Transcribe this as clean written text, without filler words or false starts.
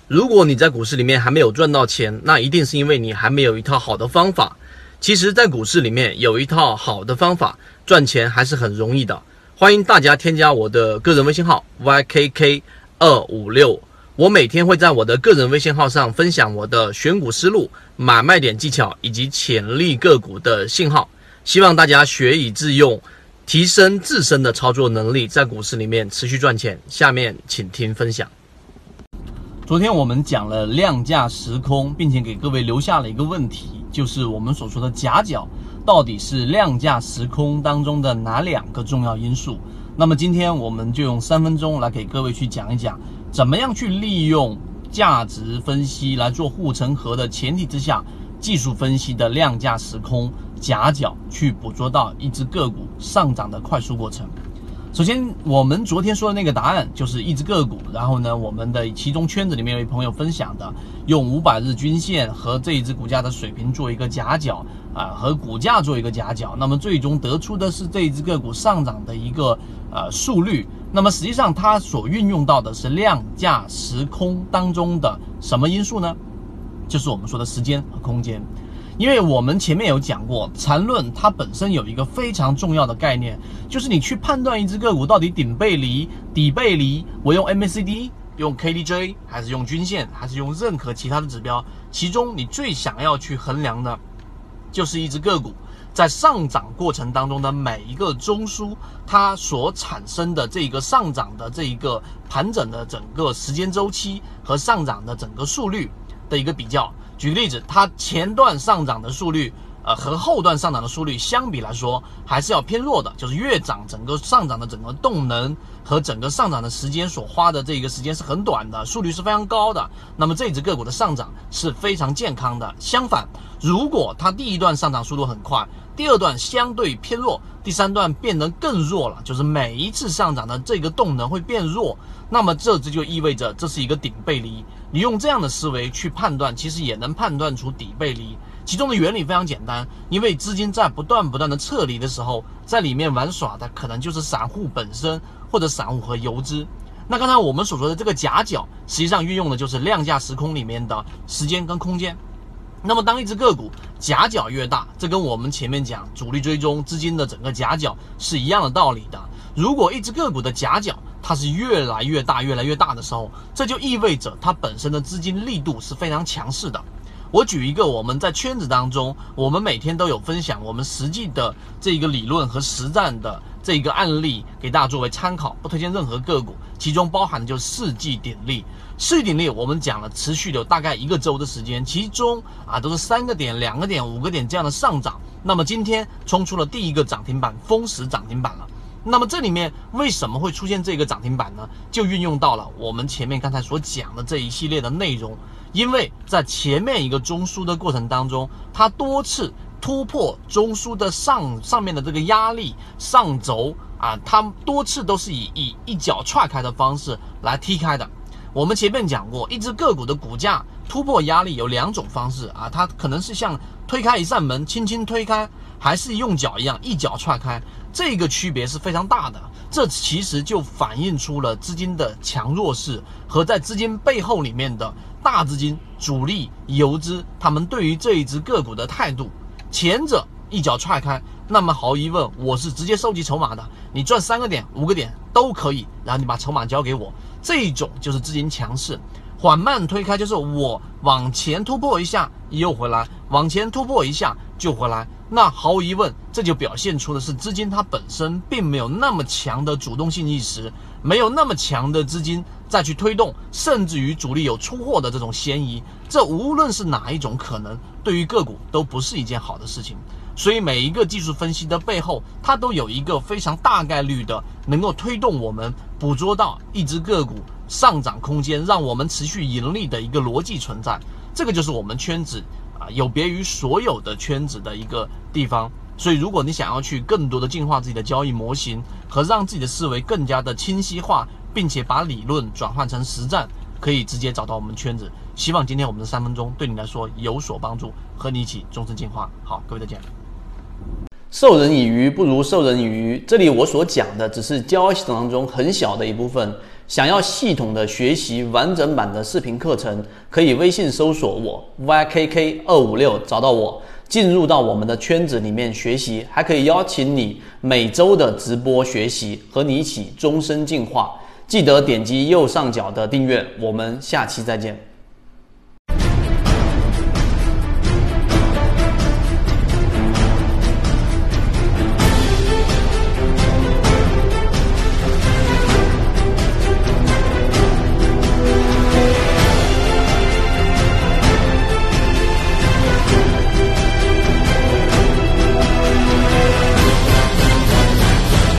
如果你在股市里面还没有赚到钱，那一定是因为你还没有一套好的方法。其实在股市里面有一套好的方法，赚钱还是很容易的。欢迎大家添加我的个人微信号 YKK256，我每天会在我的个人微信号上分享我的选股思路、买卖点技巧以及潜力个股的信号，希望大家学以致用，提升自身的操作能力，在股市里面持续赚钱。下面请听分享。昨天我们讲了量价时空，并且给各位留下了一个问题，就是我们所说的夹角到底是量价时空当中的哪2个重要因素。那么今天我们就用3分钟来给各位去讲一讲，怎么样去利用价值分析来做护城河的前提之下，技术分析的量价时空夹角去捕捉到一只个股上涨的快速过程。首先我们昨天说的那个答案就是一只个股，然后呢我们的其中圈子里面有一朋友分享的，用500日均线和这一只股价的水平做一个夹角和股价做一个夹角，那么最终得出的是这一只个股上涨的一个速率。那么实际上它所运用到的是量价时空当中的什么因素呢？就是我们说的时间和空间。因为我们前面有讲过，缠论它本身有一个非常重要的概念，就是你去判断一只个股到底顶背离、底背离，我用 MACD、用 KDJ 还是用均线，还是用任何其他的指标，其中你最想要去衡量的就是一只个股在上涨过程当中的每一个中枢，它所产生的这个上涨的这一个盘整的整个时间周期和上涨的整个速率的一个比较。举个例子，它前段上涨的速率和后段上涨的速率相比来说还是要偏弱的，就是越涨整个上涨的整个动能和整个上涨的时间所花的这个时间是很短的，速率是非常高的，那么这只个股的上涨是非常健康的。相反，如果它第一段上涨速度很快，第二段相对偏弱，第三段变得更弱了，就是每一次上涨的这个动能会变弱，那么这就意味着这是一个顶背离。你用这样的思维去判断，其实也能判断出底背离。其中的原理非常简单，因为资金在不断的撤离的时候，在里面玩耍的可能就是散户本身或者散户和游资。那刚才我们所说的这个夹角，实际上运用的就是量价时空里面的时间跟空间。那么当一只个股夹角越大，这跟我们前面讲主力追踪资金的整个夹角是一样的道理的。如果一只个股的夹角它是越来越大的时候，这就意味着它本身的资金力度是非常强势的。我举一个我们在圈子当中，我们每天都有分享我们实际的这个理论和实战的这个案例给大家作为参考，不推荐任何个股，其中包含的就是世纪鼎立。世纪鼎立我们讲了持续的大概1个周的时间，其中都是3个点、2个点、5个点这样的上涨，那么今天冲出了第一个涨停板，封死涨停板了。那么这里面为什么会出现这个涨停板呢？就运用到了我们前面刚才所讲的这一系列的内容。因为在前面一个中枢的过程当中，它多次突破中枢的上面的这个压力上轴它多次都是以一脚踹开的方式来踢开的。我们前面讲过，一只个股的股价突破压力有2种方式它可能是像推开一扇门轻轻推开，还是用脚一样一脚踹开，这个区别是非常大的。这其实就反映出了资金的强弱势和在资金背后里面的大资金、主力、游资他们对于这一只个股的态度。前者一脚踹开，那么毫无疑问我是直接收集筹码的，你赚3个点、5个点都可以，然后你把筹码交给我，这一种就是资金强势。缓慢推开就是我往前突破一下又回来，往前突破一下就回来，那毫无疑问这就表现出的是资金它本身并没有那么强的主动性意识，没有那么强的资金再去推动，甚至于主力有出货的这种嫌疑，这无论是哪一种可能，对于个股都不是一件好的事情。所以每一个技术分析的背后，它都有一个非常大概率的能够推动我们捕捉到一只个股上涨空间，让我们持续盈利的一个逻辑存在。这个就是我们圈子有别于所有的圈子的一个地方。所以如果你想要去更多的进化自己的交易模型和让自己的思维更加的清晰化，并且把理论转换成实战，可以直接找到我们圈子。希望今天我们的3分钟对你来说有所帮助，和你一起终身进化。好，各位再见。授人以鱼不如授人以渔，这里我所讲的只是交易系统当中很小的一部分， 想要系统的学习完整版的视频课程，可以微信搜索我 YKK256 找到我，进入到我们的圈子里面学习，还可以邀请你每周的直播学习，和你一起终身进化。记得点击右上角的订阅，我们下期再见。